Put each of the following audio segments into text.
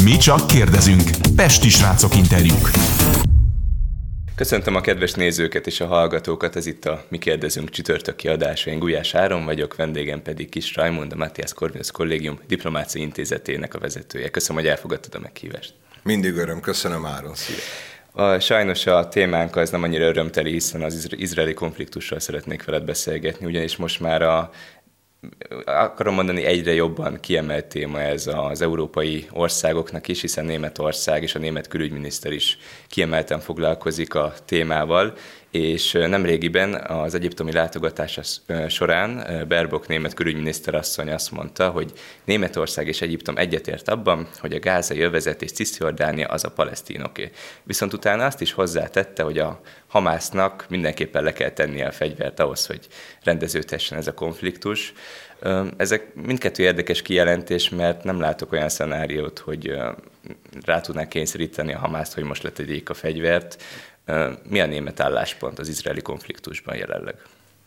Mi csak kérdezünk. Pesti srácok interjúk. Köszöntöm a kedves nézőket és a hallgatókat, ez itt a Mi kérdezünk csütörtöki adása. Én Gulyás Áron vagyok, vendégem pedig Kis Rajmund, a Matthias Corvinus Kollégium Diplomáciai Intézetének a vezetője. Köszönöm, hogy elfogadtad a meghívást. Mindig öröm, köszönöm Áron, szia! Sajnos a témánk az nem annyira örömteli, hiszen az izraeli konfliktusról szeretnék veled beszélgetni, ugyanis most már akarom mondani, egyre jobban kiemelt téma ez az európai országoknak is, hiszen Németország és a német külügyminiszter is kiemelten foglalkozik a témával, és nemrégiben az egyiptomi látogatása során Baerbock német külügyminiszter asszony azt mondta, hogy Németország és Egyiptom egyetért abban, hogy a gázai övezet és Cisjordánia az a palesztinoké. Viszont utána azt is hozzátette, hogy a Hamásznak mindenképpen le kell tennie a fegyvert ahhoz, hogy rendeződhessen ez a konfliktus. Ezek mindkettő érdekes kijelentés, mert nem látok olyan szenáriót, hogy rá tudnák kényszeríteni a Hamászt, hogy most letegyék a fegyvert. Mi a német álláspont az izraeli konfliktusban jelenleg?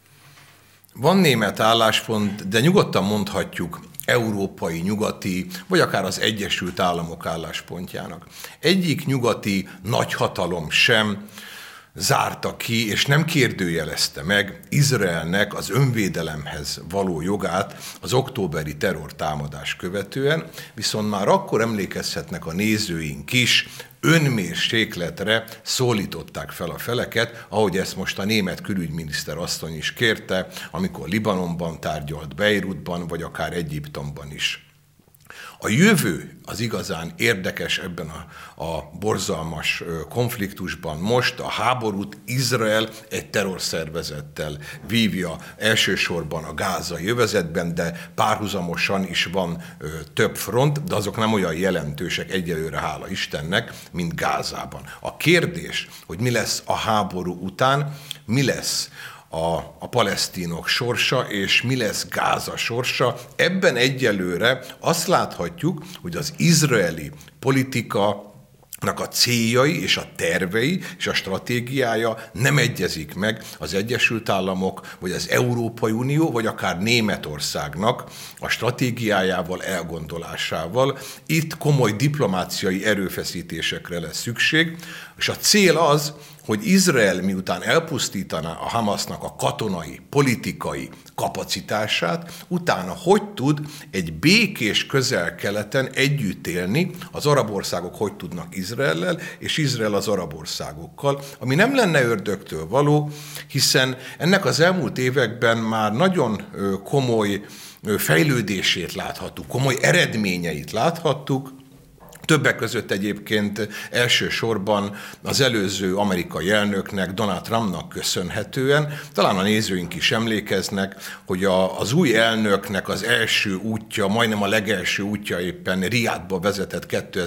Van német álláspont, de nyugodtan mondhatjuk európai, nyugati, vagy akár az Egyesült Államok álláspontjának. Egyik nyugati nagyhatalom sem zárta ki, és nem kérdőjelezte meg Izraelnek az önvédelemhez való jogát az októberi terrortámadás követően, viszont már akkor emlékezhetnek a nézőink is, önmérsékletre szólították fel a feleket, ahogy ezt most a német külügyminiszter asszony is kérte, amikor Libanonban tárgyalt, Beirutban, vagy akár Egyiptomban is. A jövő az igazán érdekes ebben a borzalmas konfliktusban. Most a háborút Izrael egy terrorszervezettel vívja elsősorban a gázai övezetben, de párhuzamosan is van több front, de azok nem olyan jelentősek egyelőre, hála Istennek, mint Gázában. A kérdés, hogy mi lesz a háború után, mi lesz a palesztinok sorsa, és mi lesz Gáza sorsa. Ebben egyelőre azt láthatjuk, hogy az izraeli politika a céljai és a tervei és a stratégiája nem egyezik meg az Egyesült Államok, vagy az Európai Unió, vagy akár Németországnak a stratégiájával, elgondolásával. Itt komoly diplomáciai erőfeszítésekre lesz szükség, és a cél az, hogy Izrael miután elpusztítaná a Hamasnak a katonai, politikai kapacitását, utána hogy tud egy békés Közel-Keleten együtt élni, az arab országok hogy tudnak Izraellel, és Izrael az arab országokkal, ami nem lenne ördögtől való, hiszen ennek az elmúlt években már nagyon komoly fejlődését láthattuk, komoly eredményeit láthattuk. Többek között egyébként elsősorban az előző amerikai elnöknek, Donald Trumpnak köszönhetően, talán a nézőink is emlékeznek, hogy az új elnöknek az első útja, majdnem a legelső útja éppen Riadba vezetett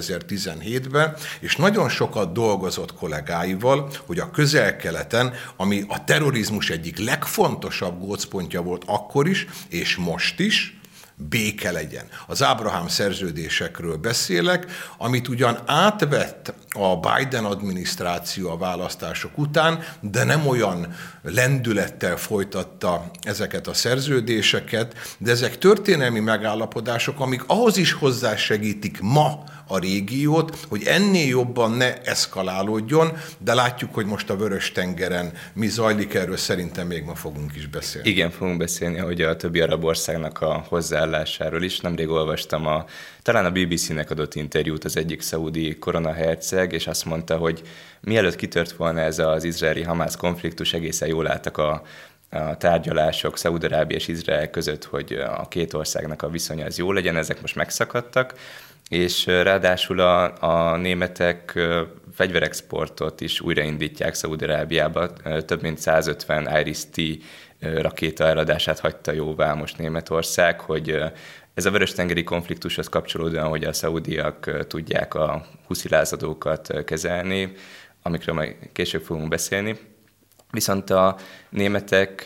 2017-ben, és nagyon sokat dolgozott kollégáival, hogy a Közel-Keleten, ami a terrorizmus egyik legfontosabb gócpontja volt akkor is, és most is, béke legyen. Az Ábrahám szerződésekről beszélek, amit ugyan átvett a Biden adminisztráció a választások után, de nem olyan lendülettel folytatta ezeket a szerződéseket, de ezek történelmi megállapodások, amik ahhoz is hozzásegítik ma a régiót, hogy ennél jobban ne eszkalálódjon, de látjuk, hogy most a Vörös-tengeren mi zajlik, erről szerintem még ma fogunk is beszélni. Igen, fogunk beszélni, hogy a többi arab országnak a hozzáállásáról is. Nemrég olvastam talán a BBC-nek adott interjút az egyik szaudi koronaherceg, és azt mondta, hogy mielőtt kitört volna ez az izraeli-hamász konfliktus, egészen jól álltak a tárgyalások Szaúd-Arábia és Izrael között, hogy a két országnak a viszonya az jó legyen, ezek most megszakadtak, és ráadásul a németek fegyverexportot is újraindítják Szaúd-Arábiába. Több mint 150 Iris-T rakéta eladását hagyta jóvá most Németország, hogy ez a vörös-tengeri konfliktushoz kapcsolódóan, hogy a szaudiak tudják a huszilázadókat kezelni, amikről majd később fogunk beszélni. Viszont a németek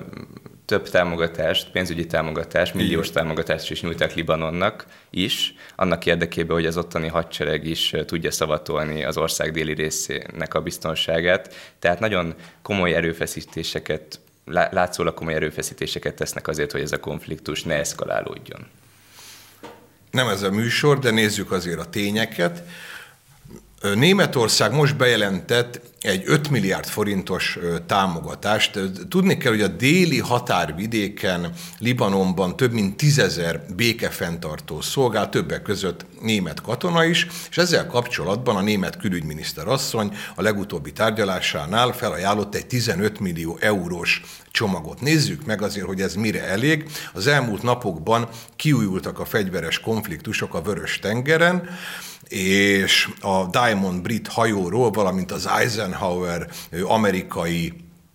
több támogatást, pénzügyi támogatást, milliós támogatást is nyújták Libanonnak is, annak érdekében, hogy az ottani hadsereg is tudja szavatolni az ország déli részének a biztonságát. Tehát nagyon komoly erőfeszítéseket, látszólag komoly erőfeszítéseket tesznek azért, hogy ez a konfliktus ne eszkalálódjon. Nem ez a műsor, de nézzük azért a tényeket. Németország most bejelentett egy 5 milliárd forintos támogatást. Tudni kell, hogy a déli határvidéken, Libanonban több mint 10 000 békefenntartó szolgál, többek között német katona is, és ezzel kapcsolatban a német külügyminiszter asszony a legutóbbi tárgyalásánál felajánlott egy 15 millió eurós csomagot. Nézzük meg azért, hogy ez mire elég. Az elmúlt napokban kiújultak a fegyveres konfliktusok a Vörös-tengeren, és a Diamond brit hajóról, valamint az Eisenhower amerikai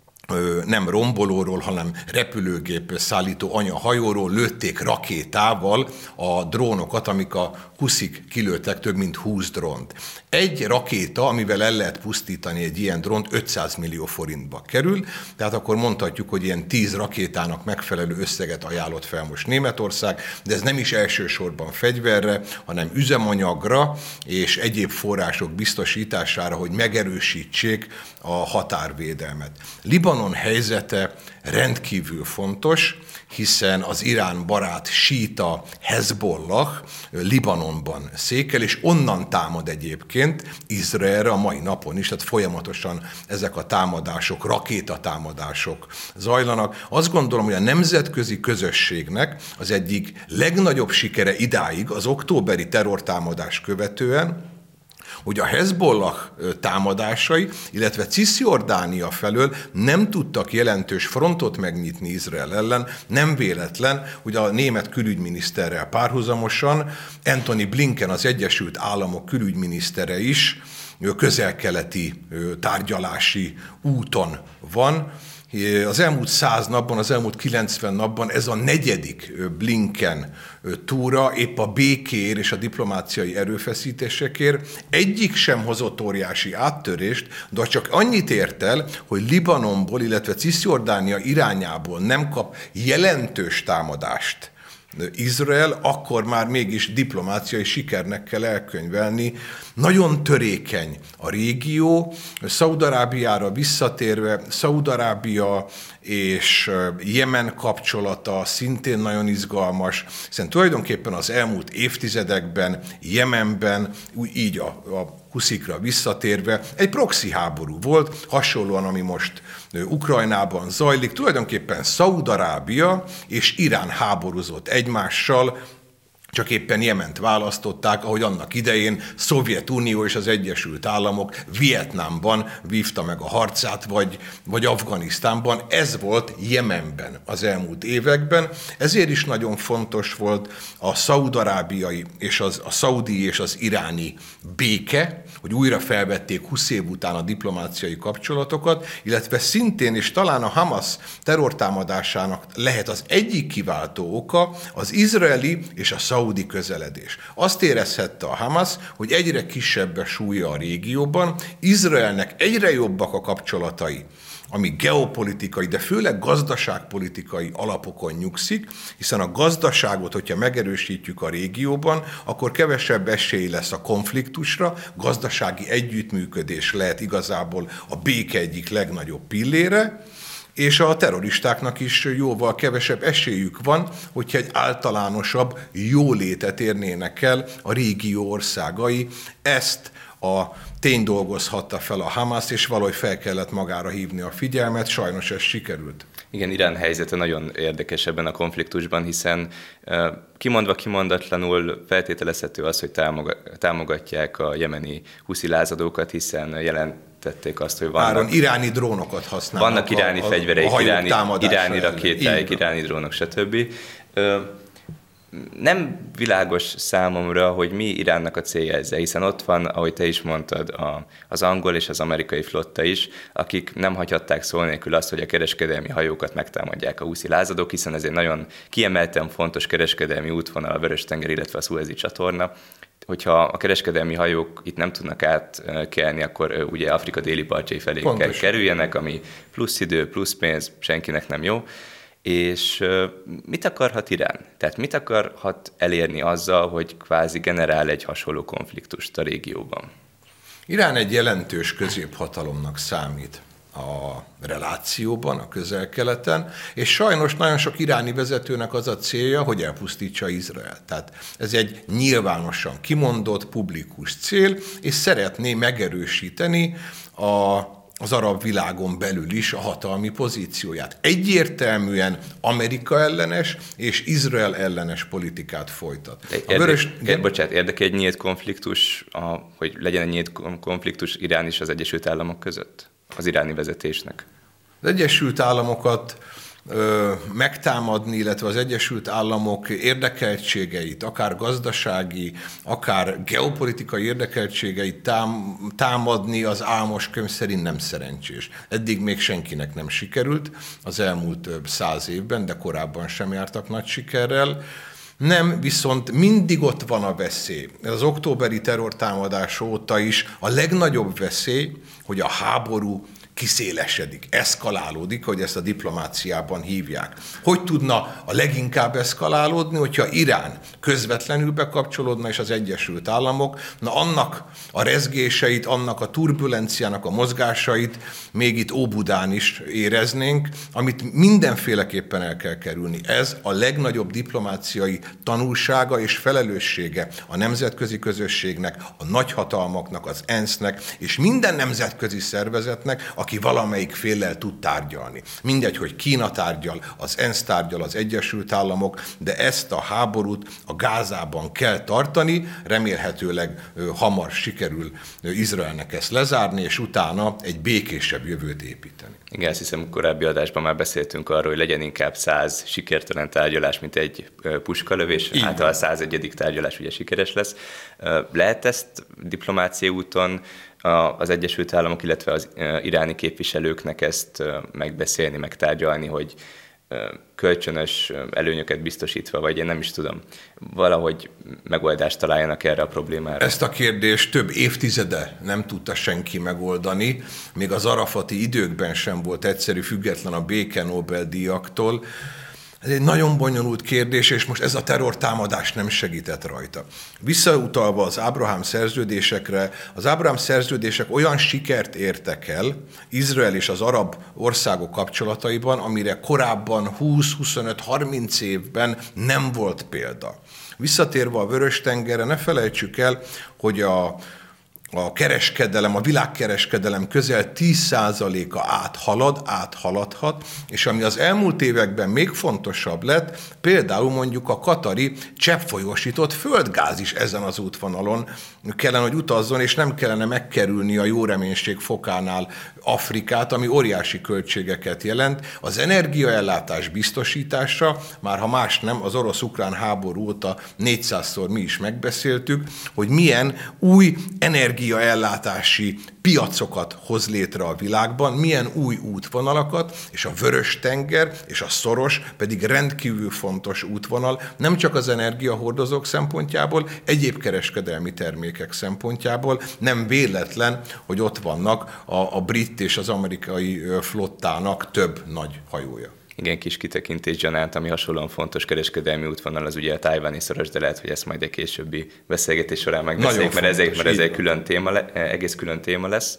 nem rombolóról, hanem repülőgép szállító anyahajóról lőtték rakétával a drónokat, amik a huszik kilőttek több mint 20 drónt. Egy rakéta, amivel el lehet pusztítani egy ilyen drónt, 500 millió forintba kerül, tehát akkor mondhatjuk, hogy ilyen 10 rakétának megfelelő összeget ajánlott fel most Németország, de ez nem is elsősorban fegyverre, hanem üzemanyagra és egyéb források biztosítására, hogy megerősítsék a határvédelmet. Libanon helyzete rendkívül fontos, hiszen az Irán barát síta Hezbollah Libanonban székel, és onnan támad egyébként Izraelre a mai napon is, tehát folyamatosan ezek a támadások, rakétatámadások zajlanak. Azt gondolom, hogy a nemzetközi közösségnek az egyik legnagyobb sikere idáig az októberi terrortámadás követően, hogy a Hezbollah támadásai, illetve Cisjordánia felől nem tudtak jelentős frontot megnyitni Izrael ellen. Nem véletlen, hogy a német külügyminiszterrel párhuzamosan Antony Blinken, az Egyesült Államok külügyminisztere is közel-keleti tárgyalási úton van. Az elmúlt 100 napban, az elmúlt 90 napban ez a 4. Blinken túra épp a békér és a diplomáciai erőfeszítésekért. Egyik sem hozott óriási áttörést, de csak annyit ért el, hogy Libanonból, illetve Cisjordánia irányából nem kap jelentős támadást Izrael, akkor már mégis diplomáciai sikernek kell elkönyvelni. Nagyon törékeny a régió. Szaúd-Arábiára visszatérve, Szaúd-Arábia és Jemen kapcsolata szintén nagyon izgalmas, hiszen tulajdonképpen az elmúlt évtizedekben Jemenben, így a huszikra visszatérve, egy proxy háború volt, hasonlóan, ami most Ukrajnában zajlik. Tulajdonképpen Szaúd-Arábia és Irán háborúzott egymással, csak éppen Jement választották, ahogy annak idején Szovjetunió és az Egyesült Államok Vietnámban vívta meg a harcát, vagy Afganisztánban. Ez volt Jemenben az elmúlt években. Ezért is nagyon fontos volt a szaúd-arábiai és a szaudi és az iráni béke, hogy újra felvették 20 év után a diplomáciai kapcsolatokat, illetve szintén, és talán a Hamas terrortámadásának lehet az egyik kiváltó oka, az izraeli és a szaudi közeledés. Azt érezhette a Hamas, hogy egyre kisebb a súlya a régióban, Izraelnek egyre jobbak a kapcsolatai, ami geopolitikai, de főleg gazdaságpolitikai alapokon nyugszik, hiszen a gazdaságot, hogyha megerősítjük a régióban, akkor kevesebb esély lesz a konfliktusra, gazdasági együttműködés lehet igazából a béke egyik legnagyobb pillére, és a terroristáknak is jóval kevesebb esélyük van, hogyha egy általánosabb jólétet érnének el a régió országai. Ezt a tény dolgozhatta fel a Hamas, és valahogy fel kellett magára hívni a figyelmet, sajnos ez sikerült. Igen, Irán helyzete nagyon érdekes ebben a konfliktusban, hiszen kimondva kimondatlanul feltételezhető az, hogy támogatják a jemeni huszi lázadókat, hiszen jelentették azt, hogy vannak iráni drónokat használnak. Vannak iráni fegyvereik, iráni rakétáik, iráni drónok, stb. Nem világos számomra, hogy mi Iránnak a célja ezzel, hiszen ott van, ahogy te is mondtad, az angol és az amerikai flotta is, akik nem hagyhatták szó nélkül azt, hogy a kereskedelmi hajókat megtámadják a huszi lázadók, hiszen ez egy nagyon kiemelten fontos kereskedelmi útvonal a Vörös-tenger, illetve a Szuezi csatorna. Hogyha a kereskedelmi hajók itt nem tudnak átkelni, akkor ugye Afrika déli partjai felé kell kerüljenek, ami plusz idő, plusz pénz, senkinek nem jó. És mit akarhat Irán? Tehát mit akarhat elérni azzal, hogy kvázi generál egy hasonló konfliktust a régióban? Irán egy jelentős középhatalomnak számít. a relációban, a Közel-Keleten, és sajnos nagyon sok iráni vezetőnek az a célja, hogy elpusztítsa Izraelt. Tehát ez egy nyilvánosan kimondott, publikus cél, és szeretné megerősíteni az arab világon belül is a hatalmi pozícióját. Egyértelműen Amerika ellenes és Izrael ellenes politikát folytat. Érdekel egy nyílt konfliktus, hogy legyen egy nyílt konfliktus Irán és az Egyesült Államok között? Az iráni vezetésnek. Az Egyesült Államokat megtámadni, illetve az Egyesült Államok érdekeltségeit, akár gazdasági, akár geopolitikai érdekeltségeit támadni az álmos könyv szerint nem szerencsés. Eddig még senkinek nem sikerült az elmúlt 100 évben, de korábban sem jártak nagy sikerrel. Nem, viszont mindig ott van a veszély. Az októberi terrortámadás óta is a legnagyobb veszély, hogy a háború kiszélesedik, eszkalálódik, hogy ezt a diplomáciában hívják. Hogy tudna a leginkább eszkalálódni, hogyha Irán közvetlenül bekapcsolódna, és az Egyesült Államok, annak a rezgéseit, annak a turbulenciának a mozgásait még itt Óbudán is éreznénk, amit mindenféleképpen el kell kerülni. Ez a legnagyobb diplomáciai tanulsága és felelőssége a nemzetközi közösségnek, a nagyhatalmaknak, az ENSZ-nek, és minden nemzetközi szervezetnek, aki valamelyik féllel tud tárgyalni. Mindegy, hogy Kína tárgyal, az ENSZ tárgyal, az Egyesült Államok, de ezt a háborút a Gázában kell tartani, remélhetőleg hamar sikerül Izraelnek ezt lezárni, és utána egy békésebb jövőt építeni. Igen, azt hiszem, korábbi adásban már beszéltünk arról, hogy legyen inkább 100 sikertelen tárgyalás, mint egy puskalövés. Hát a 101. tárgyalás ugye sikeres lesz. Lehet ezt diplomáciai úton az Egyesült Államok, illetve az iráni képviselőknek ezt megbeszélni, megtárgyalni, hogy kölcsönös előnyöket biztosítva, vagy én nem is tudom, valahogy megoldást találjanak erre a problémára? Ezt a kérdést több évtizede nem tudta senki megoldani, még az arafati időkben sem volt egyszerű, független a béke Nobel-díjaktól. Ez egy nagyon bonyolult kérdés, és most ez a terrortámadás nem segített rajta. Visszautalva az Ábrahám szerződésekre, az Ábrahám szerződések olyan sikert értek el Izrael és az arab országok kapcsolataiban, amire korábban 20-25-30 évben nem volt példa. Visszatérve a Vörös-tengerre, ne felejtsük el, hogy a kereskedelem, a világkereskedelem közel 10%-a áthaladhat, és ami az elmúlt években még fontosabb lett, például mondjuk a katari cseppfolyósított földgáz is ezen az útvonalon kellene, hogy utazzon, és nem kellene megkerülni a jó reménység fokánál Afrikát, ami óriási költségeket jelent. Az energiaellátás biztosítása, már ha más nem, az orosz-ukrán háború óta 400-szor mi is megbeszéltük, hogy milyen új energiaellátási piacokat hoz létre a világban, milyen új útvonalakat, és a Vörös-tenger és a Szoros pedig rendkívül fontos útvonal, nem csak az energiahordozók szempontjából, egyéb kereskedelmi termékek szempontjából. Nem véletlen, hogy ott vannak a brit és az amerikai flottának több nagy hajója. Igen, kis kitekintés gyanánt, ami hasonlóan fontos kereskedelmi útvonal, az ugye a tájváni szoros, de lehet, hogy ezt majd egy későbbi beszélgetés során megbeszéljük, mert ez egy külön téma, egész külön téma lesz.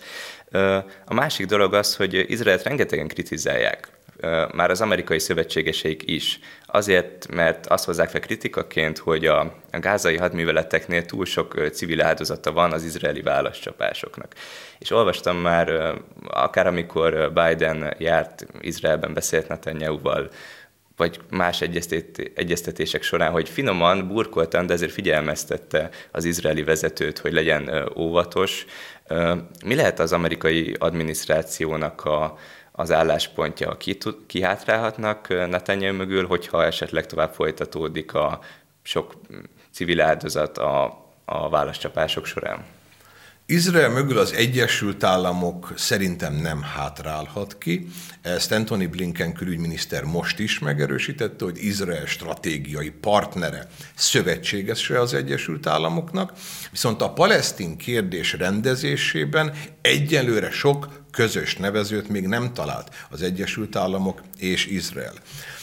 A másik dolog az, hogy Izraelt rengetegen kritizálják, már az amerikai szövetségeseik is. Azért, mert azt hozzák fel kritikaként, hogy a gázai hadműveleteknél túl sok civil áldozata van az izraeli válaszcsapásoknak. És olvastam már, akár amikor Biden járt Izraelben, beszélt Netanyahuval, vagy más egyeztetések során, hogy finoman, burkoltan, de ezért figyelmeztette az izraeli vezetőt, hogy legyen óvatos. Mi lehet az amerikai adminisztrációnak az álláspontja? Kihátrálhatnak Netanyahu mögül, hogyha esetleg tovább folytatódik a sok civil áldozat a válaszcsapások során? Izrael mögül az Egyesült Államok szerintem nem hátrálhat ki. Ezt Antony Blinken külügyminiszter most is megerősítette, hogy Izrael stratégiai partnere, szövetségese az Egyesült Államoknak, viszont a palesztin kérdés rendezésében egyelőre sok közös nevezőt még nem talált az Egyesült Államok és Izrael.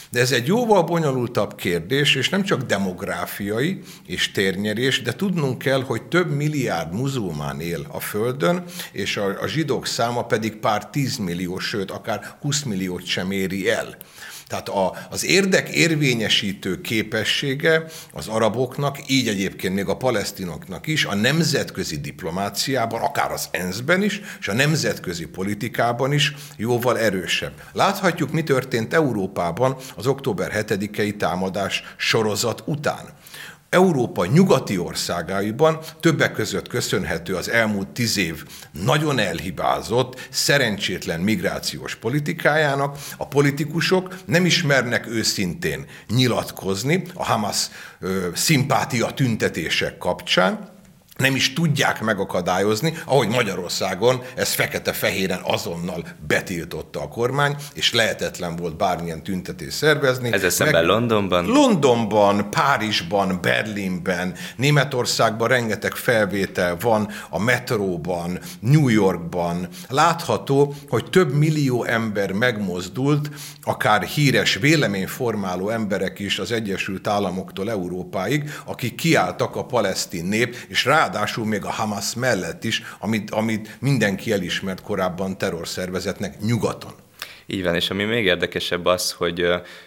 De ez egy jóval bonyolultabb kérdés, és nem csak demográfiai és térnyerés, de tudnunk kell, hogy több milliárd muzulmán él a Földön, és a zsidók száma pedig pár 10 millió, sőt, akár 20 milliót sem éri el. Tehát az érdek érvényesítő képessége az araboknak, így egyébként még a palesztinoknak is, a nemzetközi diplomáciában, akár az ENSZ-ben is, és a nemzetközi politikában is jóval erősebb. Láthatjuk, mi történt Európában az október 7-i támadás sorozat után. Európa nyugati országaiban többek között köszönhető az elmúlt 10 év nagyon elhibázott, szerencsétlen migrációs politikájának, a politikusok nem ismernek őszintén nyilatkozni a Hamas szimpátia tüntetések kapcsán, nem is tudják megakadályozni, ahogy Magyarországon ez fekete-fehéren azonnal betiltotta a kormány, és lehetetlen volt bármilyen tüntetést szervezni. Ez eszemben Londonban? Londonban, Párizsban, Berlinben, Németországban rengeteg felvétel van, a metróban, New Yorkban. Látható, hogy több millió ember megmozdult, akár híres véleményformáló emberek is az Egyesült Államoktól Európáig, akik kiálltak a palesztin nép, és ráadásul még a Hamas mellett is, amit mindenki elismert korábban terrorszervezetnek nyugaton. Így van, és ami még érdekesebb az, hogy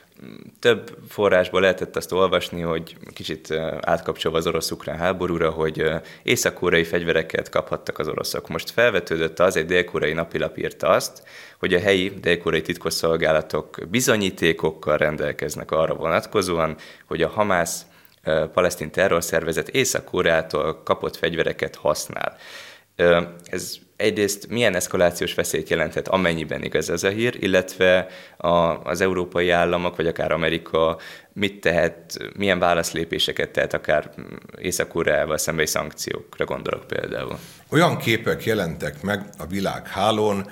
több forrásból lehetett azt olvasni, hogy kicsit átkapcsolva az orosz-ukrán háborúra, hogy észak-koreai fegyvereket kaphattak az oroszok. Most felvetődött az, egy dél-koreai napilap írta azt, hogy a helyi dél-koreai titkosszolgálatok bizonyítékokkal rendelkeznek arra vonatkozóan, hogy a Hamas palesztin terrorszervezet Észak-Koreától kapott fegyvereket használ. Ez egyrészt milyen eszkalációs veszélyt jelenthet, amennyiben igaz ez a hír, illetve az európai államok, vagy akár Amerika mit tehet, milyen válaszlépéseket tehet, akár Észak-Koreával szembeni szankciókra gondolok például. Olyan képek jelentek meg a világhálón,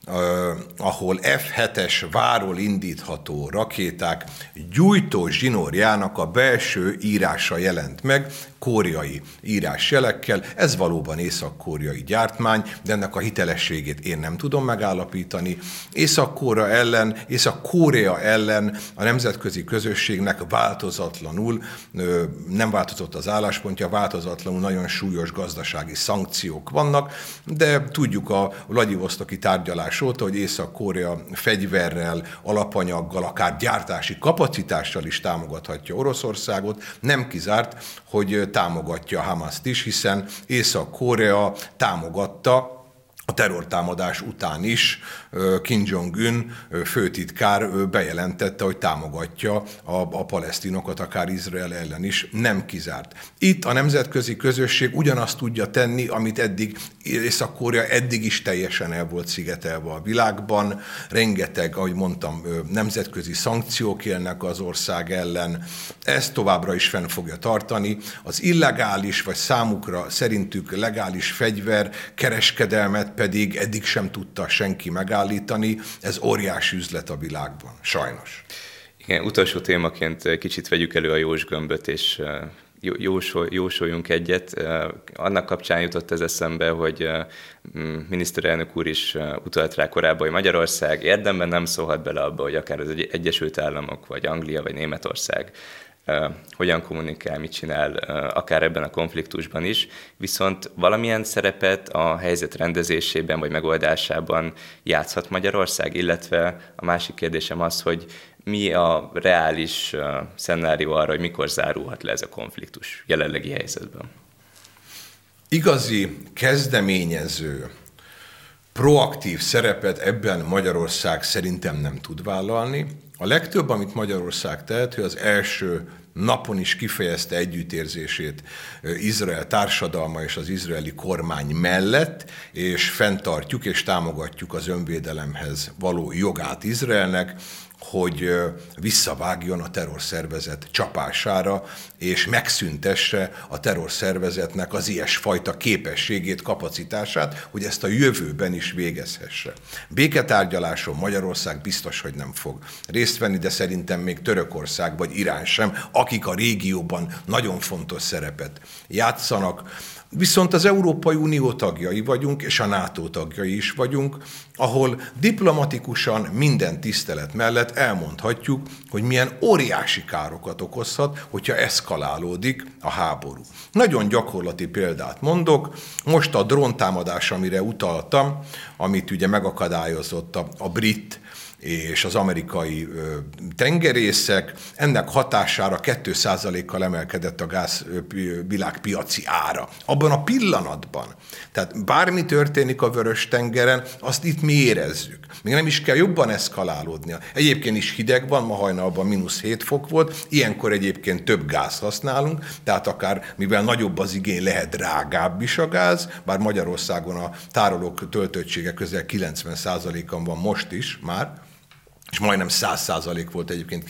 ahol F-7-es váról indítható rakéták gyújtó zsinórjának a belső írása jelent meg, koreai írásjelekkel. Ez valóban észak-koreai gyártmány, de ennek a hitelességét én nem tudom megállapítani. Észak-Korea ellen a nemzetközi közösségnek változatlanul, nem változott az álláspontja, változatlanul nagyon súlyos gazdasági szankciók vannak, de tudjuk a vladivosztoki tárgyalás óta, hogy Észak-Korea fegyverrel, alapanyaggal, akár gyártási kapacitással is támogathatja Oroszországot. Nem kizárt, hogy támogatja a Hamaszt is, hiszen Észak-Korea támogatta a terrortámadás után is Kim Jong-un főtitkár bejelentette, hogy támogatja a palesztinokat, akár Izrael ellen is, nem kizárt. Itt a nemzetközi közösség ugyanazt tudja tenni, amit eddig Észak-Korea eddig is teljesen el volt szigetelve a világban. Rengeteg, ahogy mondtam, nemzetközi szankciók élnek az ország ellen. Ezt továbbra is fenn fogja tartani. Az illegális, vagy számukra szerintük legális fegyver kereskedelmet pedig eddig sem tudta senki megállítani. Ez óriási üzlet a világban, sajnos. Igen, utolsó témaként kicsit vegyük elő a Jós-gömböt, és jósoljunk egyet. Annak kapcsán jutott ez eszembe, hogy miniszterelnök úr is utalt rá korábban, hogy Magyarország érdemben nem szólhat bele abba, hogy akár az Egyesült Államok, vagy Anglia, vagy Németország hogyan kommunikál, mit csinál, akár ebben a konfliktusban is, viszont valamilyen szerepet a helyzet rendezésében vagy megoldásában játszhat Magyarország, illetve a másik kérdésem az, hogy mi a reális szenárió arra, hogy mikor zárulhat le ez a konfliktus jelenlegi helyzetben? Igazi kezdeményező, proaktív szerepet ebben Magyarország szerintem nem tud vállalni. A legtöbb, amit Magyarország tehet, hogy az első napon is kifejezte együttérzését Izrael társadalma és az izraeli kormány mellett, és fenntartjuk és támogatjuk az önvédelemhez való jogát Izraelnek, hogy visszavágjon a terrorszervezet csapására, és megszüntesse a terrorszervezetnek az ilyesfajta képességét, kapacitását, hogy ezt a jövőben is végezhesse. Béketárgyaláson Magyarország biztos, hogy nem fog részt venni, de szerintem még Törökország vagy Irán sem, akik a régióban nagyon fontos szerepet játszanak. Viszont az Európai Unió tagjai vagyunk, és a NATO tagjai is vagyunk, ahol diplomatikusan minden tisztelet mellett elmondhatjuk, hogy milyen óriási károkat okozhat, hogyha eszkalálódik a háború. Nagyon gyakorlati példát mondok, most a dróntámadás, amire utaltam, amit ugye megakadályozott a brit és az amerikai tengerészek, ennek hatására 2%-kal emelkedett a gáz világpiaci ára. Abban a pillanatban. Tehát bármi történik a Vörös-tengeren, azt itt mi érezzük. Még nem is kell jobban eszkalálódnia. Egyébként is hideg van, ma hajnalban -7 fok volt, ilyenkor egyébként több gáz használunk, tehát akár, mivel nagyobb az igény, lehet drágább is a gáz, bár Magyarországon a tárolók töltöttsége közel 90%-on van most is már, és majdnem 100% volt, egyébként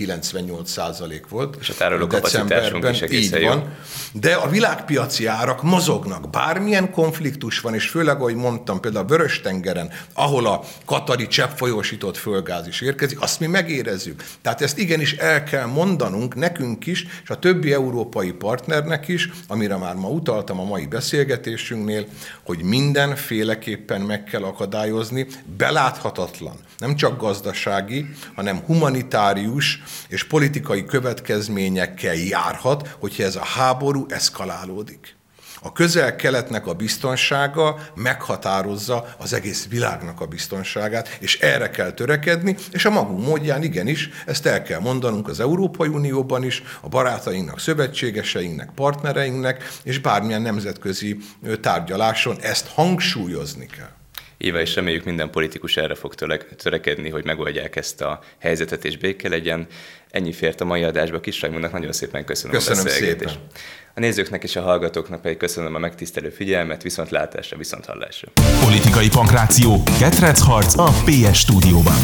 98% volt. És a tároló kapacitásunk is egészen jó. De a világpiaci árak mozognak. Bármilyen konfliktus van, és főleg, ahogy mondtam, például a Vörös-tengeren, ahol a katari cseppfolyósított földgáz is érkezik, azt mi megérezzük. Tehát ezt igenis el kell mondanunk nekünk is, és a többi európai partnernek is, amire már ma utaltam a mai beszélgetésünknél, hogy mindenféleképpen meg kell akadályozni, beláthatatlan, nem csak gazdasági, hanem humanitárius és politikai következményekkel járhat, hogyha ez a háború eszkalálódik. A Közel-Keletnek a biztonsága meghatározza az egész világnak a biztonságát, és erre kell törekedni, és a magunk módján igenis, ezt el kell mondanunk az Európai Unióban is, a barátainknak, szövetségeseinknek, partnereinknek, és bármilyen nemzetközi tárgyaláson ezt hangsúlyozni kell. Éva, és reméljük minden politikus erre fog törekedni, hogy megoldják ezt a helyzetet és béke legyen. Ennyi fért a mai adásba. Kis Rajmundnak nagyon szépen köszönöm a beszélgetést. Szépen. A nézőknek és a hallgatóknak pedig köszönöm a megtisztelő figyelmet, viszontlátásra, viszonthallásra. Politikai pankráció, ketrecharc a PS stúdióban.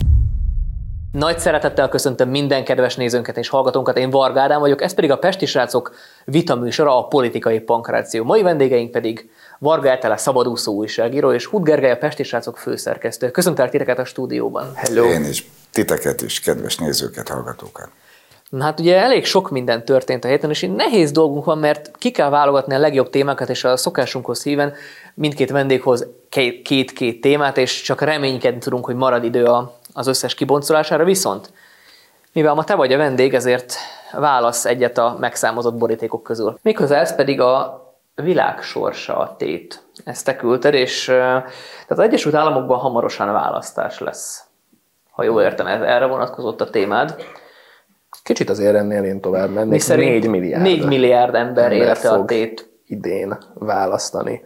Nagy szeretettel köszöntöm minden kedves nézőnket és hallgatónkat, én Varga Ádám vagyok, ez pedig a Pesti Srácok vitaműsora, a Politikai Pankráció. Mai vendégeink pedig Varga Etele szabadúszó újságíró és Huth Gergely, a Pesti Srácok főszerkesztő. Köszöntelek titeket a stúdióban. Hello. Én is, titeket is, kedves nézőket, hallgatókat. Hát ugye elég sok minden történt a héten, és így nehéz dolgunk van, mert ki kell válogatni a legjobb témákat, és a szokásunkhoz híven mindkét vendéghoz két témát, és csak reménykedni tudunk, hogy marad idő az összes kiboncolására, viszont mivel ma te vagy a vendég, ezért válasz egyet a megszámozott borítékok közül. Méghozzá ez pedig a világ sorsa a tét. Ezt te küldted, és tehát az Egyesült Államokban hamarosan választás lesz. Ha jól értem, erre vonatkozott a témád. Kicsit azért ennél én tovább mennék. 4 milliárd ember élete a tét. Idén választani.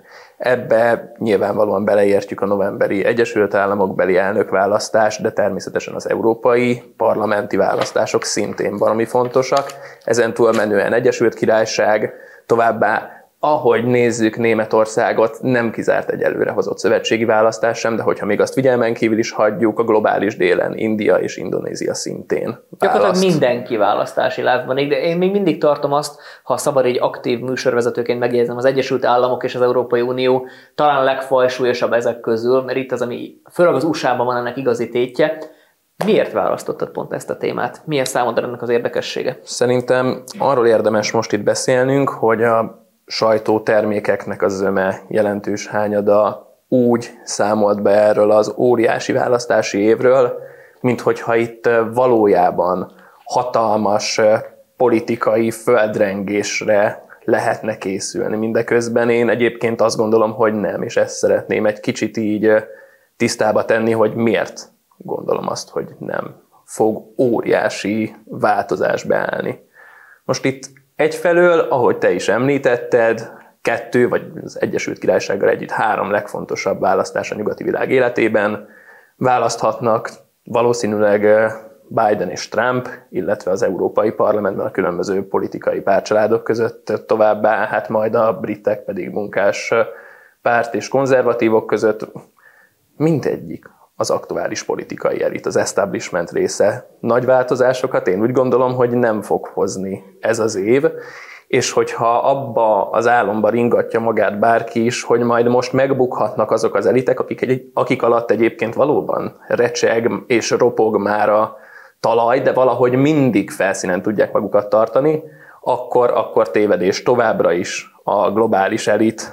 Ebbe nyilvánvalóan beleértjük a novemberi Egyesült Államokbeli elnökválasztás, de természetesen az európai parlamenti választások szintén valami fontosak. Ezen túlmenően Egyesült Királyság, továbbá ahogy nézzük Németországot, nem kizárt egy előrehozott szövetségi választás sem, de hogyha még azt figyelmen kívül is hagyjuk, a globális délen India és Indonézia szintén gyakorlatilag mindenki választási lázban, de én még mindig tartom azt, ha szabad egy aktív műsorvezetőként megjegyzem, az Egyesült Államok és az Európai Unió talán a legfajsúlyosabb ezek közül, mert itt az, ami főleg az USA-ban van ennek igazi tétje. Miért választottad pont ezt a témát? Milyen számodra ennek az érdekessége? Szerintem arról érdemes most itt beszélnünk, hogy a sajtótermékeknek az zöme jelentős hányada úgy számolt be erről az óriási választási évről, minthogyha itt valójában hatalmas politikai földrengésre lehetne készülni. Mindeközben én egyébként azt gondolom, hogy nem, és ezt szeretném egy kicsit így tisztába tenni, hogy miért gondolom azt, hogy nem fog óriási változás beállni. Most itt egyfelől, ahogy te is említetted, 2 vagy az Egyesült Királysággal együtt 3 legfontosabb választás a nyugati világ életében. Választhatnak valószínűleg Biden és Trump, illetve az Európai Parlamentben a különböző politikai pártcsaládok között, továbbá hát majd a britek pedig munkás párt és konzervatívok között. Mindegyik az aktuális politikai elit, az establishment része nagy változásokat én úgy gondolom, hogy nem fog hozni ez az év, és hogyha abba az álomba ringatja magát bárki is, hogy majd most megbukhatnak azok az elitek, akik alatt egyébként valóban recseg és ropog már a talaj, de valahogy mindig felszínen tudják magukat tartani, akkor tévedés, továbbra is a globális elit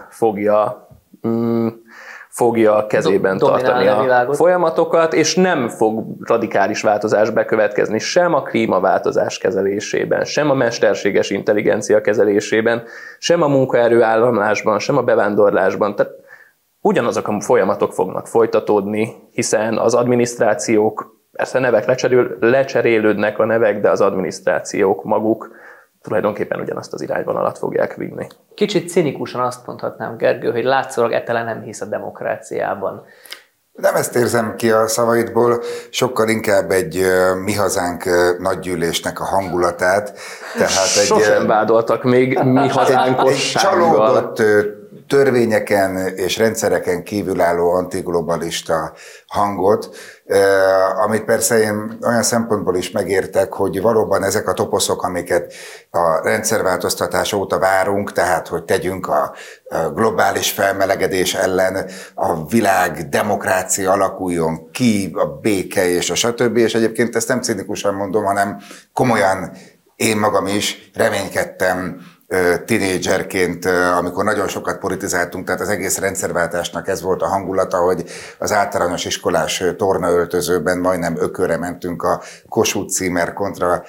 fogja kezében tartani a folyamatokat, és nem fog radikális változás bekövetkezni sem a klímaváltozás kezelésében, sem a mesterséges intelligencia kezelésében, sem a munkaerő áramlásban, sem a bevándorlásban. Tehát ugyanazok a folyamatok fognak folytatódni, hiszen az adminisztrációk, persze nevek lecserélődnek a nevek, de az adminisztrációk maguk tulajdonképpen ugyanazt az irányvonalat fogják vinni. Kicsit cinikusan azt mondhatnám, Gergő, hogy látszólag Etele nem hisz a demokráciában. Nem ezt érzem ki a szavaidból, sokkal inkább egy Mi Hazánk nagygyűlésnek a hangulatát. Tehát sosem vádoltak még Mi Hazánkossággal. Egy csalódott törvényeken és rendszereken kívülálló antiglobalista hangot, amit persze én olyan szempontból is megértek, hogy valóban ezek a toposzok, amiket a rendszerváltoztatás óta várunk, tehát hogy tegyünk a globális felmelegedés ellen, a világ demokrácia alakuljon ki, a béke és a stb. És egyébként ezt nem cinikusan mondom, hanem komolyan én magam is reménykedtem tinédzserként, amikor nagyon sokat politizáltunk, tehát az egész rendszerváltásnak ez volt a hangulata, hogy az általános iskolás tornaöltözőben majdnem ökörre mentünk a Kossuth Címer kontra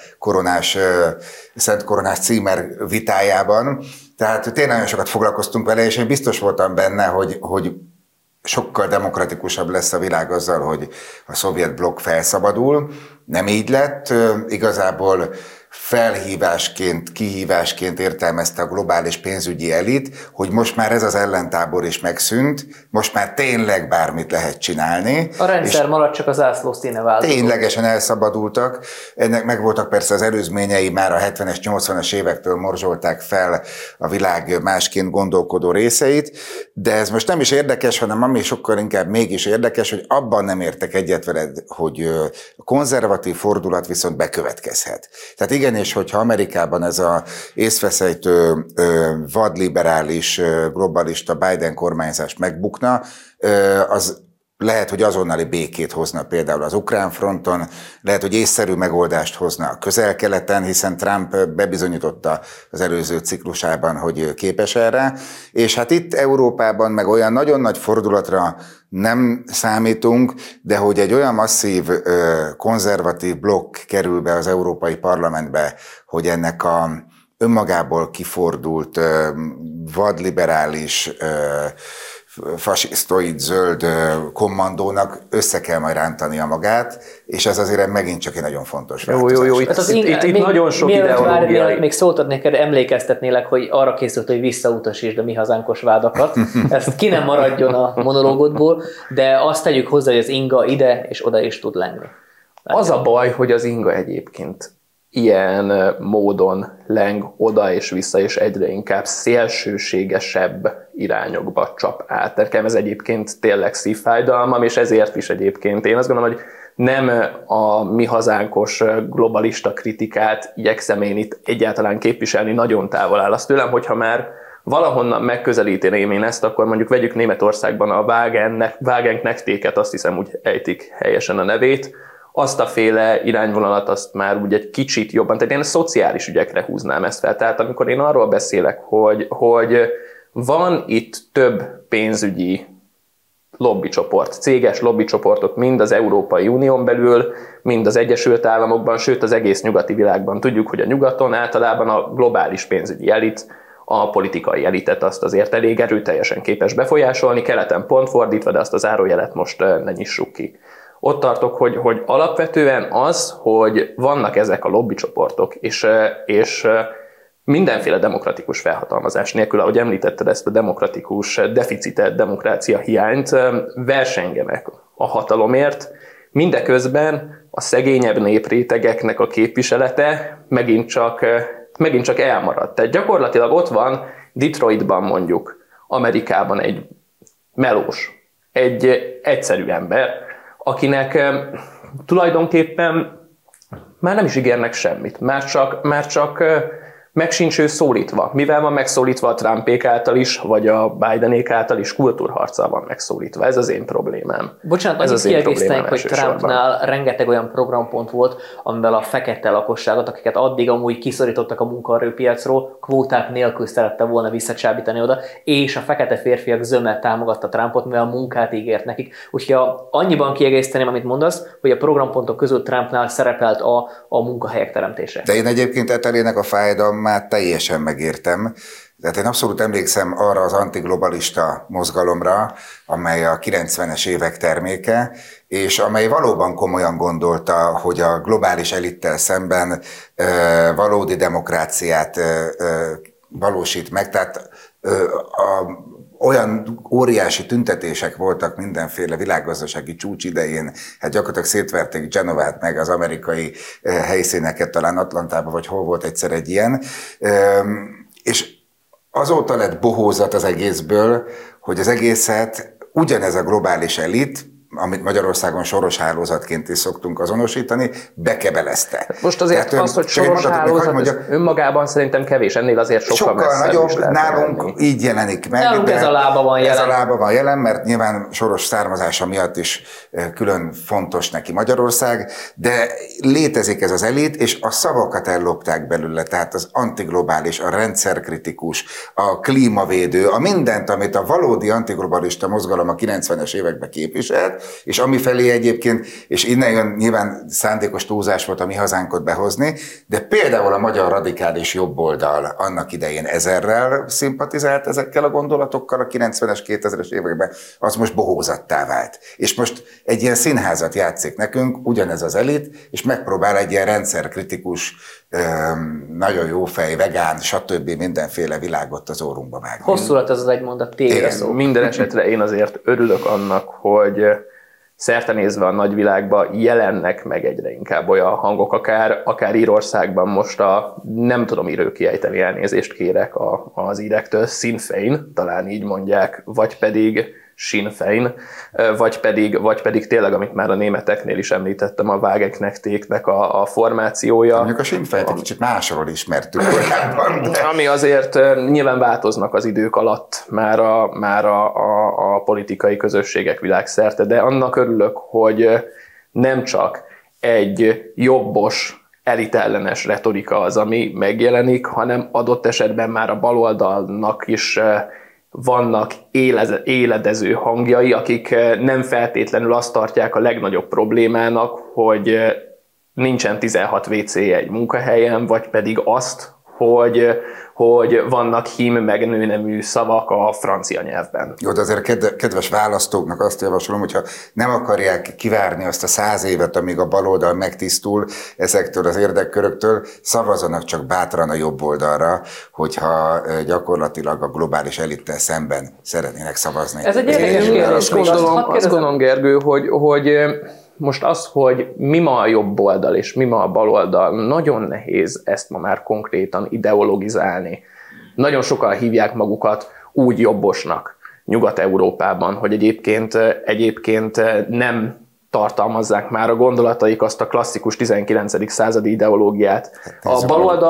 Szent Koronás Címer vitájában. Tehát tényleg nagyon sokat foglalkoztunk vele, és én biztos voltam benne, hogy sokkal demokratikusabb lesz a világ azzal, hogy a szovjet blokk felszabadul. Nem így lett, igazából felhívásként, kihívásként értelmezte a globális pénzügyi elit, hogy most már ez az ellentábor is megszűnt, most már tényleg bármit lehet csinálni. A rendszer maradt, csak az zászló színe változott. Ténylegesen elszabadultak. Ennek megvoltak persze az előzményei, már a 70-es, 80-as évektől morzsolták fel a világ másként gondolkodó részeit, de ez most nem is érdekes, hanem ami sokkal inkább mégis érdekes, hogy abban nem értek egyet veled, hogy a konzervatív fordulat viszont bekövetkezhet. Tehát igenis, hogyha Amerikában ez az észveszejtő vadliberális globalista Biden kormányzás megbukna, az lehet, hogy azonnali békét hozna például az ukrán fronton, lehet, hogy észszerű megoldást hozna a Közel-Keleten, hiszen Trump bebizonyította az előző ciklusában, hogy képes erre, és hát itt Európában meg olyan nagyon nagy fordulatra nem számítunk, de hogy egy olyan masszív konzervatív blokk kerül be az Európai Parlamentbe, hogy ennek a önmagából kifordult vadliberális fasisztoid zöld kommandónak össze kell majd rántania magát, és ez azért megint csak egy nagyon fontos változás. Jó. Itt nagyon sok ideológiai. Még szót adnék, emlékeztetnélek, hogy arra készült, hogy visszautasítsd a Mi Hazánkos vádakat. Ezt ki nem maradjon a monológodból, de azt tegyük hozzá, hogy az inga ide és oda is tud lenni. Az a baj, hogy az inga egyébként ilyen módon leng oda és vissza, és egyre inkább szélsőségesebb irányokba csap át. Nekem ez egyébként tényleg szívfájdalmam, és ezért is egyébként én azt gondolom, hogy nem a Mi Hazánkos globalista kritikát igyekszem én itt egyáltalán képviselni, nagyon távol áll az tőlem, hogyha már valahonnan megközelíteném én ezt, akkor mondjuk vegyük Németországban a Wagenknechtéket, azt hiszem úgy ejtik helyesen a nevét, azt a féle irányvonalat azt már úgy egy kicsit jobban, tehát én a szociális ügyekre húznám ezt fel. Tehát amikor én arról beszélek, hogy van itt több pénzügyi lobbycsoport, céges lobbycsoportok mind az Európai Unión belül, mind az Egyesült Államokban, sőt az egész nyugati világban. Tudjuk, hogy a nyugaton általában a globális pénzügyi elit, a politikai elitet azt azért elég erőteljesen képes befolyásolni, keleten pont fordítva, de azt a zárójelet most ne nyissuk ki. Ott tartok, hogy alapvetően az, hogy vannak ezek a lobbycsoportok, és mindenféle demokratikus felhatalmazás nélkül, ahogy említetted ezt a demokratikus deficitet, demokrácia hiányt, versengenek a hatalomért, mindeközben a szegényebb néprétegeknek a képviselete megint csak elmaradt. Tehát gyakorlatilag ott van Detroitban mondjuk, Amerikában egy melós, egy egyszerű ember, akinek tulajdonképpen már nem is ígérnek semmit, már meg sincs ő szólítva. Mivel van megszólítva a Trumpék által is, vagy a Bidenék által is, kultúrharccal van megszólítva. Ez az én problémám. Bocsánat, annyit kiegészítenék, hogy Trumpnál rengeteg olyan programpont volt, amivel a fekete lakosságot, akiket addig amúgy kiszorítottak a munkaerőpiacról, kvóták nélkül szerette volna visszacsábítani oda, és a fekete férfiak zömmel támogatta Trumpot, mivel a munkát ígért nekik. Úgyhogy annyiban kiegészíteném, amit mondasz, hogy a programpontok között Trumpnál szerepelt a munkahelyek teremtése. De én egyébként Etelének a fájdalmát teljesen megértem. Tehát én abszolút emlékszem arra az antiglobalista mozgalomra, amely a 90-es évek terméke, és amely valóban komolyan gondolta, hogy a globális elittel szemben valódi demokráciát valósít meg. Tehát olyan óriási tüntetések voltak mindenféle világgazdasági csúcs idején, hát gyakorlatilag szétverték Genovát meg az amerikai helyszíneket, talán Atlantában, vagy hol volt egyszer egy ilyen, és azóta lett bohózat az egészből, hogy az egészet ugyanez a globális elit, amit Magyarországon soros hálózatként is szoktunk azonosítani, bekebelezte. Most azért az, hogy soros hálózat, önmagában szerintem kevés, ennél azért sokkal nagyobb, nálunk menni. Így jelenik meg. Nálunk ez a lába van jelen. Ez a lába van jelen, mert nyilván soros származása miatt is külön fontos neki Magyarország, de létezik ez az elit, és a szavakat ellopták belőle, tehát az antiglobális, a rendszerkritikus, a klímavédő, a mindent, amit a valódi antiglobalista mozgalom a 90-es években képviselt, és amifelé egyébként, és innen jön nyilván szándékos túlzás volt a mi hazánkot behozni, de például a magyar radikális jobboldal annak idején ezerrel szimpatizált ezekkel a gondolatokkal a 90-es, 2000-es években, az most bohózattá vált. És most egy ilyen színházat játszik nekünk, ugyanez az elit, és megpróbál egy ilyen rendszerkritikus, nagyon jó fej, vegán, stb. Mindenféle világot az órunkba vágni. Hosszú lett az egy mondat, téged szó. Minden esetre én azért örülök annak, hogy szertenézve a nagyvilágban jelennek meg egyre inkább olyan hangok, akár Írországban most nem tudom írő kiejteni, elnézést kérek az írektől, Sinn Féin, talán így mondják, vagy pedig Sinn Féin, vagy pedig tényleg, amit már a németeknél is említettem, a Wagenknechtéknek a formációja. Mondjuk a Sinn Féint egy kicsit másról ismertük korábban. De... Ami azért nyilván változnak az idők alatt már a politikai közösségek világszerte, de annak örülök, hogy nem csak egy jobbos, elitellenes retorika az, ami megjelenik, hanem adott esetben már a baloldalnak is vannak éledező hangjai, akik nem feltétlenül azt tartják a legnagyobb problémának, hogy nincsen 16 WC-je egy munkahelyen, vagy pedig azt, hogy vannak hím meg nőnemű szavak a francia nyelvben. Jó, de azért kedves választóknak azt javasolom, hogyha nem akarják kivárni azt a 100 évet, amíg a baloldal megtisztul ezektől az érdekköröktől, szavazzanak csak bátran a jobb oldalra, hogyha gyakorlatilag a globális elittel szemben szeretnének szavazni. Ez egy érdekes kérdés. Azt gondolom, Gergő, hogy most az, hogy mi ma a jobb oldal és mi ma a bal oldal, nagyon nehéz ezt ma már konkrétan ideologizálni. Nagyon sokan hívják magukat úgy jobbosnak Nyugat-Európában, hogy egyébként nem tartalmazzák már a gondolataik azt a klasszikus 19. századi ideológiát. A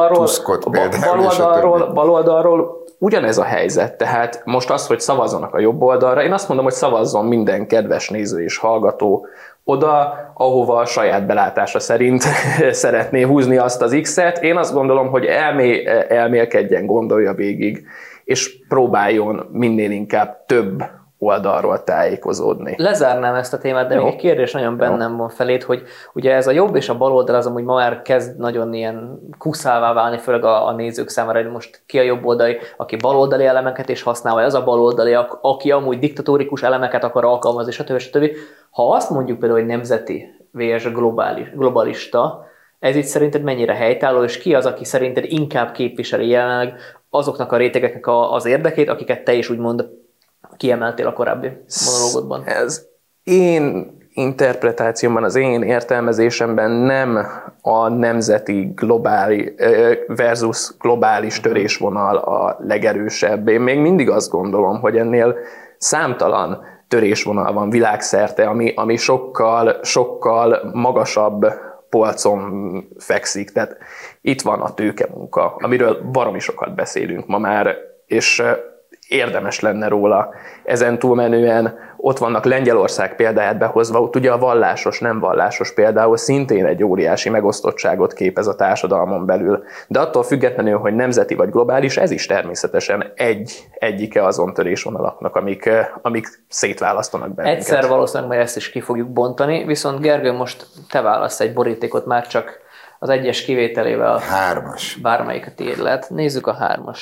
baloldalról ugyanez a helyzet, tehát most az, hogy szavazzanak a jobb oldalra, én azt mondom, hogy szavazzon minden kedves néző és hallgató oda, ahova a saját belátása szerint szeretné húzni azt az X-et. Én azt gondolom, hogy elmélkedjen, gondolja végig, és próbáljon minél inkább több oldalról tájékozódni. Lezárnám ezt a témát, de még egy kérdés nagyon bennem van felét, hogy ugye ez a jobb és a bal oldal az amúgy ma már kezd nagyon ilyen kuszálvá válni, főleg a nézők számára, hogy most ki a jobb oldali, aki baloldali elemeket is használ, vagy az a baloldali, aki amúgy diktatórikus elemeket akar alkalmazni, stb. Ha azt mondjuk például, hogy nemzeti vs. globalista, ez itt szerinted mennyire helytálló, és ki az, aki szerinted inkább képviseli jelenleg azoknak a rétegeknek az érdekét, akiket te is úgymond kiemeltél a korábbi monológodban? Ez én interpretációmban, az én értelmezésemben nem a nemzeti versus globális törésvonal a legerősebb. Én még mindig azt gondolom, hogy ennél számtalan törésvonal van világszerte, ami sokkal magasabb polcon fekszik. Tehát itt van a tőkemunka, amiről baromi sokat beszélünk ma már, és érdemes lenne róla. Ezen túlmenően ott vannak Lengyelország példáját behozva, ott ugye a vallásos, nem vallásos például szintén egy óriási megosztottságot képez a társadalmon belül. De attól függetlenül, hogy nemzeti vagy globális, ez is természetesen egyike azon törésvonalaknak, amik szétválasztanak bennünket. Egyszer valószínűleg majd ezt is ki fogjuk bontani, viszont Gergő, most te válasz egy borítékot már csak az egyes kivételével. 3-as. Bármelyiket tiéd lehet. Nézzük a 3-ast.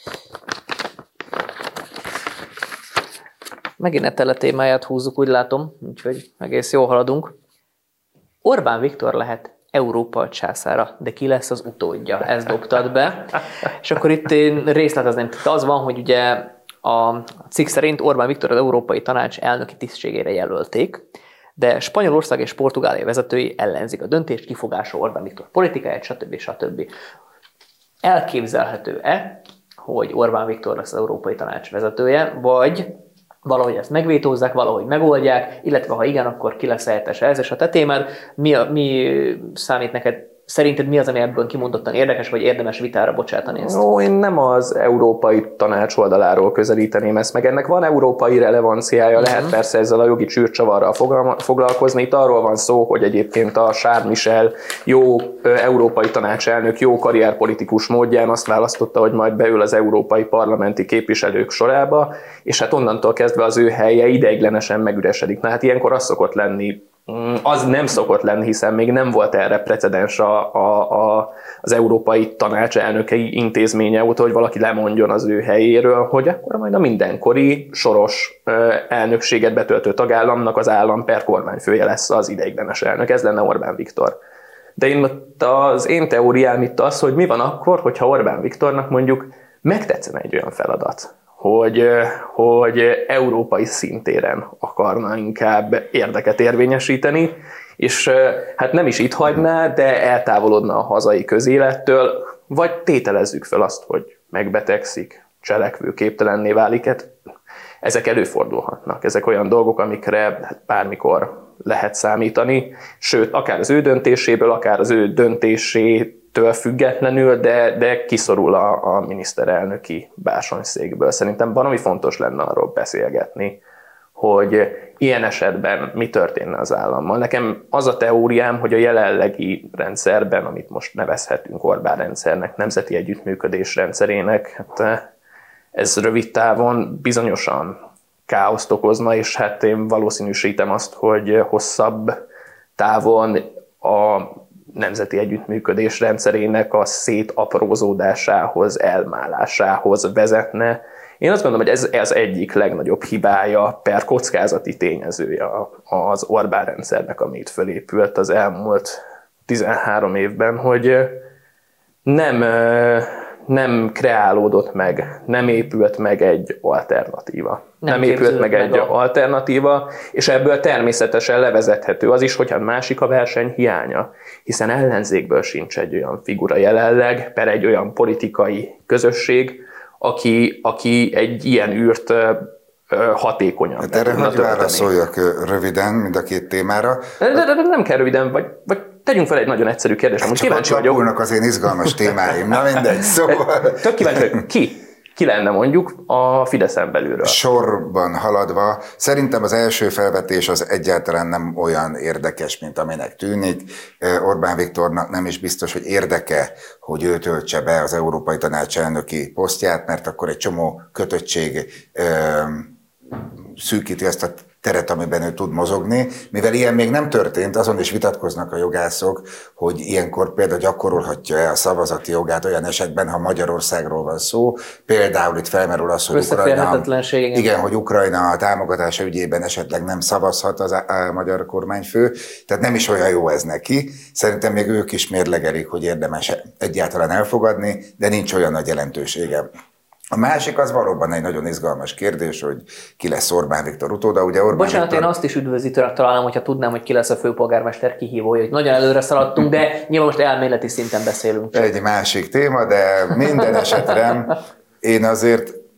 Megint a tele témáját húzzuk, úgy látom, úgyhogy egész jól haladunk. Orbán Viktor lehet Európa császára, de ki lesz az utódja? Ezt dobtad be. És akkor itt én részletezném. Itt az van, hogy ugye a cikk szerint Orbán Viktor az Európai Tanács elnöki tisztségére jelölték, de Spanyolország és Portugália vezetői ellenzik a döntést, kifogásol Orbán Viktor politikáját, stb. Elképzelhető-e, hogy Orbán Viktor lesz az Európai Tanács vezetője, vagy valahogy ezt megvétózzák, valahogy megoldják, illetve ha igen, akkor ki lesz helyettese ez, és a te témád, mi számít neked, szerinted mi az, ami ebből kimondottan érdekes, vagy érdemes vitára bocsátani ezt? Én nem az Európai Tanács oldaláról közelíteném ezt meg. Ennek van európai relevanciája, lehet persze ezzel a jogi csűrcsavarral foglalkozni. Itt arról van szó, hogy egyébként a Charles Michel jó Európai Tanács elnök, jó karrierpolitikus módján azt választotta, hogy majd beül az európai parlamenti képviselők sorába, és hát onnantól kezdve az ő helye ideiglenesen megüresedik. Na hát ilyenkor az nem szokott lenni, hiszen még nem volt erre precedens az Európai Tanács elnökei intézménye óta, hogy valaki lemondjon az ő helyéről, hogy akkor majd a mindenkori soros elnökséget betöltő tagállamnak az állam per kormányfője lesz az ideiglenes elnök. Ez lenne Orbán Viktor. De az én teóriám itt az, hogy mi van akkor, hogyha Orbán Viktornak mondjuk megtetszene egy olyan feladat, hogy európai szintéren akarna inkább érdeket érvényesíteni, és hát nem is itt hagyná, de eltávolodna a hazai közélettől, vagy tételezzük fel azt, hogy megbetegszik, cselekvőképtelenné válik. Ezek előfordulhatnak. Ezek olyan dolgok, amikre bármikor lehet számítani, sőt, akár az ő döntéséből, akár az ő döntésétől függetlenül, de kiszorul a miniszterelnöki bársonyszékből. Szerintem valami fontos lenne arról beszélgetni, hogy ilyen esetben mi történne az állammal. Nekem az a teóriám, hogy a jelenlegi rendszerben, amit most nevezhetünk Orbán rendszernek, nemzeti együttműködés rendszerének, hát ez rövid távon bizonyosan káoszt okozna, és hát én valószínűsítem azt, hogy hosszabb távon a nemzeti együttműködés rendszerének a szétaprózódásához, elmálásához vezetne. Én azt gondolom, hogy ez egyik legnagyobb hibája per kockázati tényezője az Orbán rendszernek, amit fölépült az elmúlt 13 évben, hogy nem kreálódott meg, nem épült meg egy alternatíva. Nem épült meg egy alternatíva, és ebből természetesen levezethető az is, hogy a másik a verseny hiánya, hiszen ellenzékből sincs egy olyan figura jelenleg, per egy olyan politikai közösség, aki egy ilyen űrt hatékonyan. Hát erre hogy válaszoljak röviden mind a két témára? De nem kell röviden, vagy tegyünk fel egy nagyon egyszerű kérdést. Csak kíváncsi vagyok. Az én izgalmas témáim. Na mindegy, szóval. Tök kíváncsi vagyok. Ki lenne mondjuk a Fideszen belülről? Sorban haladva, szerintem az első felvetés az egyáltalán nem olyan érdekes, mint aminek tűnik. Orbán Viktornak nem is biztos, hogy érdeke, hogy ő töltse be az Európai Tanács elnöki posztját, mert akkor egy csomó kötöttség szűkíti ezt a teret, amiben ő tud mozogni. Mivel ilyen még nem történt, azon is vitatkoznak a jogászok, hogy ilyenkor például gyakorolhatja-e a szavazati jogát olyan esetben, ha Magyarországról van szó. Például itt felmerül az, hogy Ukrajna a támogatása ügyében esetleg nem szavazhat a magyar kormányfő, tehát nem is olyan jó ez neki. Szerintem még ők is mérlegelik, hogy érdemes egyáltalán elfogadni, de nincs olyan nagy jelentősége. A másik az valóban egy nagyon izgalmas kérdés, hogy ki lesz Orbán Viktor utóda. Ugye Bocsánat, Viktor... én azt is üdvözítőnek találom, hogyha tudnám, hogy ki lesz a főpolgármester kihívója, hogy nagyon előre szaladtunk, de nyilván most elméleti szinten beszélünk. Egy másik téma, de minden esetre én azért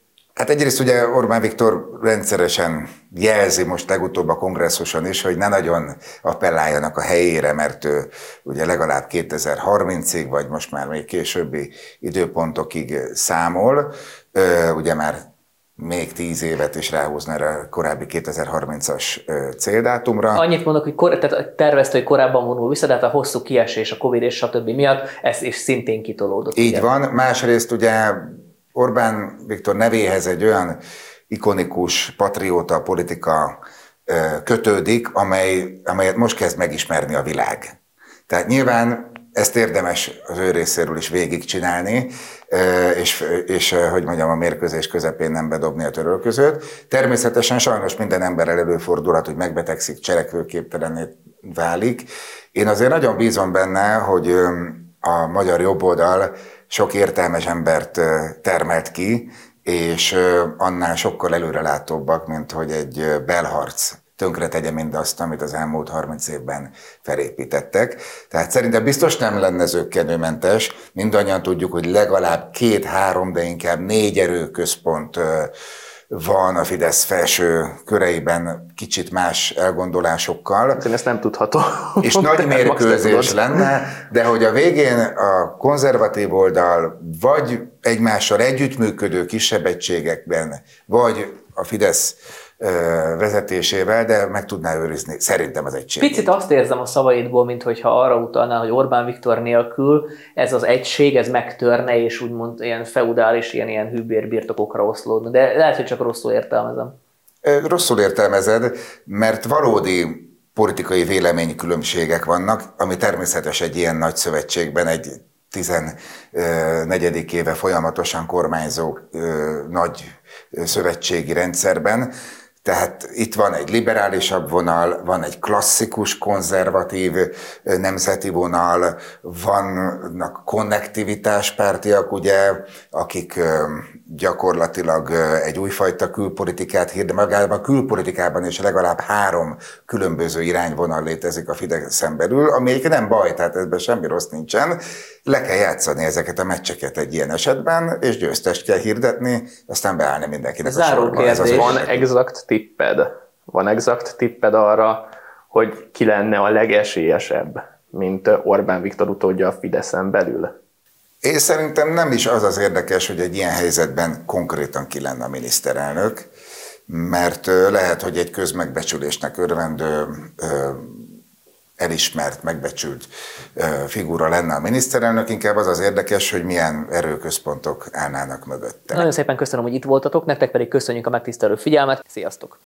Hát egyrészt ugye Orbán Viktor rendszeresen jelzi most legutóbb a kongresszuson is, hogy ne nagyon appelláljanak a helyére, mert ő ugye legalább 2030-ig, vagy most már még későbbi időpontokig számol. Ugye már még 10 évet is ráhúzna erre a korábbi 2030-as céldátumra. Annyit mondok, hogy tehát tervezte, hogy korábban vonul vissza, de hát a hosszú kiesés, a Covid és stb. Miatt ez is szintén kitolódott. Így ugye? van. Másrészt ugye Orbán Viktor nevéhez egy olyan ikonikus patrióta politika kötődik, amelyet most kezd megismerni a világ. Tehát nyilván ezt érdemes az ő részéről is végigcsinálni, és hogy mondjam, a mérkőzés közepén nem bedobni a törölközőt. Természetesen sajnos minden emberrel előfordulhat, hogy megbetegszik, cselekvőképtelenné válik. Én azért nagyon bízom benne, hogy a magyar jobboldal sok értelmes embert termelt ki, és annál sokkal előrelátóbbak, mint hogy egy belharc tönkretegye mindazt, amit az elmúlt 30 évben felépítettek. Tehát szerintem biztos nem lenne zökkenőmentes. Mindannyian tudjuk, hogy legalább 2-3, de inkább 4 erőközpont van a Fidesz felső köreiben kicsit más elgondolásokkal. Én ezt nem tudhatom. És nagy mérkőzés lenne, de hogy a végén a konzervatív oldal vagy egymással együttműködő kisebb egységekben, vagy a Fidesz vezetésével, de meg tudná őrizni szerintem az egységet. Picit azt érzem a szavaidból, mintha arra utalnál, hogy Orbán Viktor nélkül ez az egység, ez megtörne, és úgymond ilyen feudális, ilyen hűbér birtokokra oszlódna. De lehet, hogy csak rosszul értelmezem. Rosszul értelmezed, mert valódi politikai véleménykülönbségek vannak, ami természetes egy ilyen nagy szövetségben, egy 14. éve folyamatosan kormányzó nagy szövetségi rendszerben. Tehát itt van egy liberálisabb vonal, van egy klasszikus, konzervatív nemzeti vonal, vannak konnektivitáspártiak, ugye, akik gyakorlatilag egy újfajta külpolitikát hirdet, magában a külpolitikában is legalább 3 különböző irányvonal létezik a Fideszen belül, ami egyébként nem baj, tehát ebben semmi rossz nincsen. Le kell játszani ezeket a meccseket egy ilyen esetben, és győztest kell hirdetni, aztán beállni mindenkinek a sorban. Van exakt tipped arra, hogy ki lenne a legesélyesebb, mint Orbán Viktor utódja a Fideszen belül? Én szerintem nem is az az érdekes, hogy egy ilyen helyzetben konkrétan ki lenne a miniszterelnök, mert lehet, hogy egy közmegbecsülésnek örvendő, elismert, megbecsült figura lenne a miniszterelnök, inkább az az érdekes, hogy milyen erőközpontok állnának mögötte. Nagyon szépen köszönöm, hogy itt voltatok, nektek pedig köszönjük a megtisztelő figyelmet. Sziasztok!